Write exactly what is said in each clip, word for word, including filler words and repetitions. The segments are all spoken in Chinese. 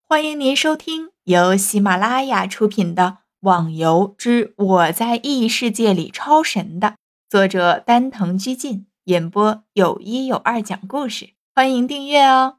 欢迎您收听由喜马拉雅出品的《网游之我在异世界里超神》的作者丹藤居进演播，有一有二讲故事。欢迎订阅哦。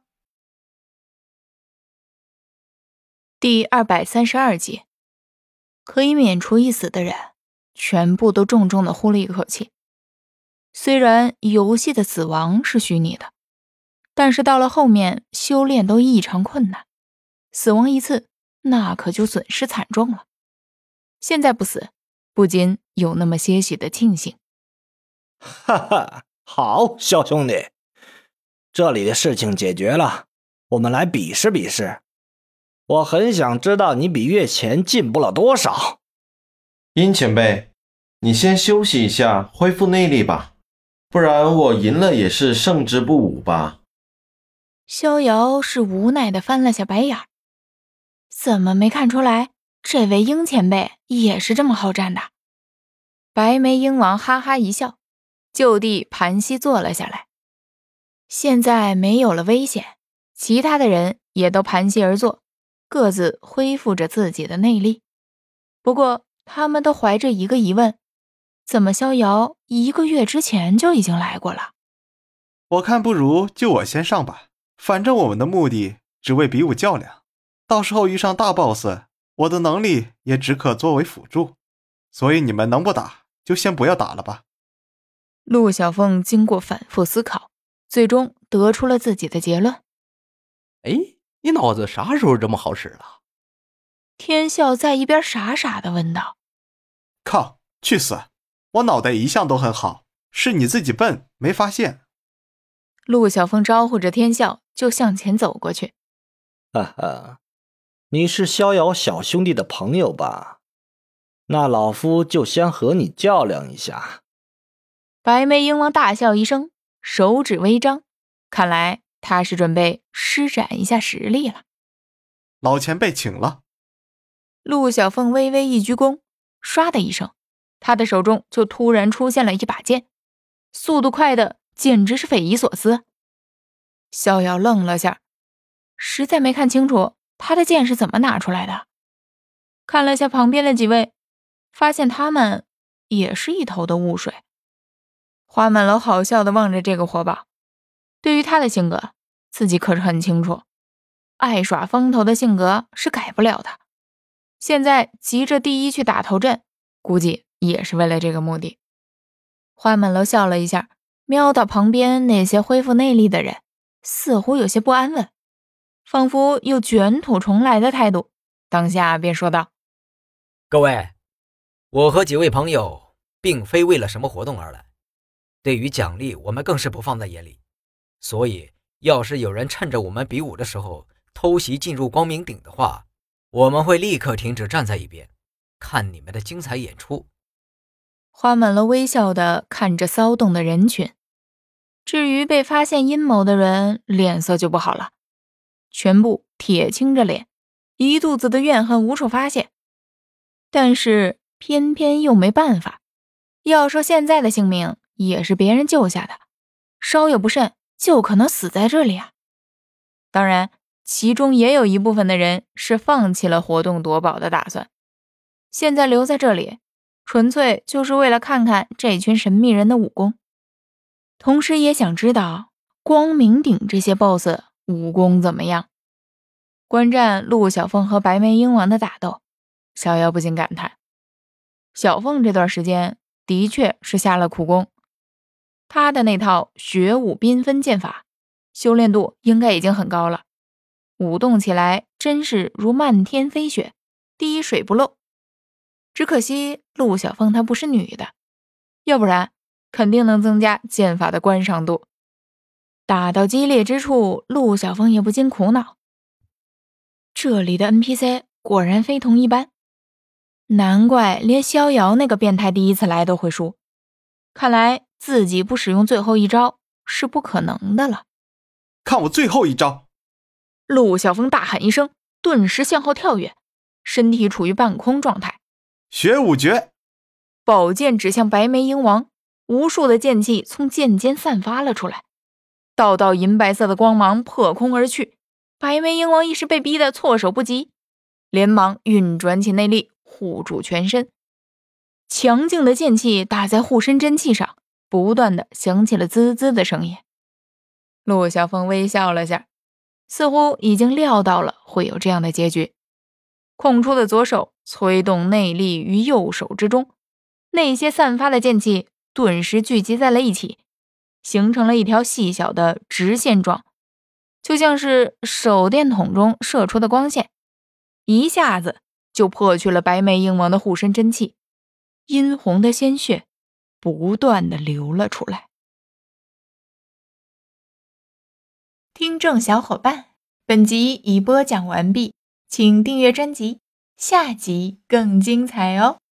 第二百三十二集，可以免除一死的人，全部都重重地呼了一口气。虽然游戏的死亡是虚拟的，但是到了后面修炼都异常困难，死亡一次那可就损失惨重了。现在不死，不禁有那么些许的庆幸。 哈哈，好，小兄弟，这里的事情解决了，我们来比试比试。我很想知道你比月前进步了多少。 殷前辈，你先休息一下，恢复内力吧，不然我赢了也是胜之不武吧。 逍遥是无奈地翻了下白眼，怎么没看出来这位鹰前辈也是这么好战的？白眉鹰王哈哈一笑，就地盘膝坐了下来。现在没有了危险，其他的人也都盘膝而坐，各自恢复着自己的内力。不过他们都怀着一个疑问，怎么逍遥一个月之前就已经来过了？ 我看不如就我先上吧，反正我们的目的只为比武较量，到时候遇上大 boss， 我的能力也只可作为辅助，所以你们能不打就先不要打了吧。 陆小凤经过反复思考，最终得出了自己的结论。 哎，你脑子啥时候这么好使了？ 天笑在一边傻傻地问道。 靠，去死，我脑袋一向都很好，是你自己笨没发现。 陆小凤招呼着天笑就向前走过去。 哈哈，你是逍遥小兄弟的朋友吧？那老夫就先和你较量一下。 白眉鹰王大笑一声，手指微张，看来他是准备施展一下实力了。 老前辈请了。 陆小凤微微一鞠躬，唰的一声，他的手中就突然出现了一把剑，速度快的简直是匪夷所思。逍遥愣了下，实在没看清楚他的剑是怎么拿出来的。看了下旁边的几位，发现他们也是一头的雾水。花满楼好笑地望着这个活宝，对于他的性格自己可是很清楚，爱耍风头的性格是改不了的。现在急着第一去打头阵，估计也是为了这个目的。花满楼笑了一下，瞄到旁边那些恢复内力的人，似乎有些不安稳，仿佛有卷土重来的态度，当下便说道： 各位，我和几位朋友并非为了什么活动而来，对于奖励我们更是不放在眼里，所以要是有人趁着我们比武的时候偷袭进入光明顶的话，我们会立刻停止站在一边，看你们的精彩演出。 花满了微笑地看着骚动的人群，至于被发现阴谋的人，脸色就不好了，全部铁青着脸，一肚子的怨恨无处发泄。但是偏偏又没办法，要说现在的性命也是别人救下的，稍有不慎就可能死在这里啊。当然其中也有一部分的人是放弃了活动夺宝的打算，现在留在这里纯粹就是为了看看这群神秘人的武功，同时也想知道光明顶这些 boss 武功怎么样。观战陆小凤和白眉鹰王的打斗，逍遥不禁感叹，小凤这段时间的确是下了苦功，他的那套雪舞缤纷剑法修炼度应该已经很高了，舞动起来真是如漫天飞雪，滴水不漏。只可惜陆小凤她不是女的，要不然肯定能增加剑法的观赏度。打到激烈之处，陆小凤也不禁苦恼，这里的 N P C 果然非同一般，难怪连逍遥那个变态第一次来都会输，看来自己不使用最后一招是不可能的了。 看我最后一招！ 陆小凤大喊一声，顿时向后跳跃，身体处于半空状态。 雪舞诀！ 宝剑指向白眉鹰王，无数的剑气从剑尖散发了出来，道道银白色的光芒破空而去， 白眉鹰王一时被逼得措手不及，连忙运转起内力护住全身。强劲的剑气打在护身真气上，不断的响起了滋滋的声音。陆小凤微笑了下，似乎已经料到了会有这样的结局。空出的左手催动内力于右手之中，那些散发的剑气顿时聚集在了一起，形成了一条细小的直线状，就像是手电筒中射出的光线，一下子就破去了白眉鹰王的护身真气，殷红的鲜血不断的流了出来。听众小伙伴，本集已播讲完毕，请订阅专辑，下集更精彩哦。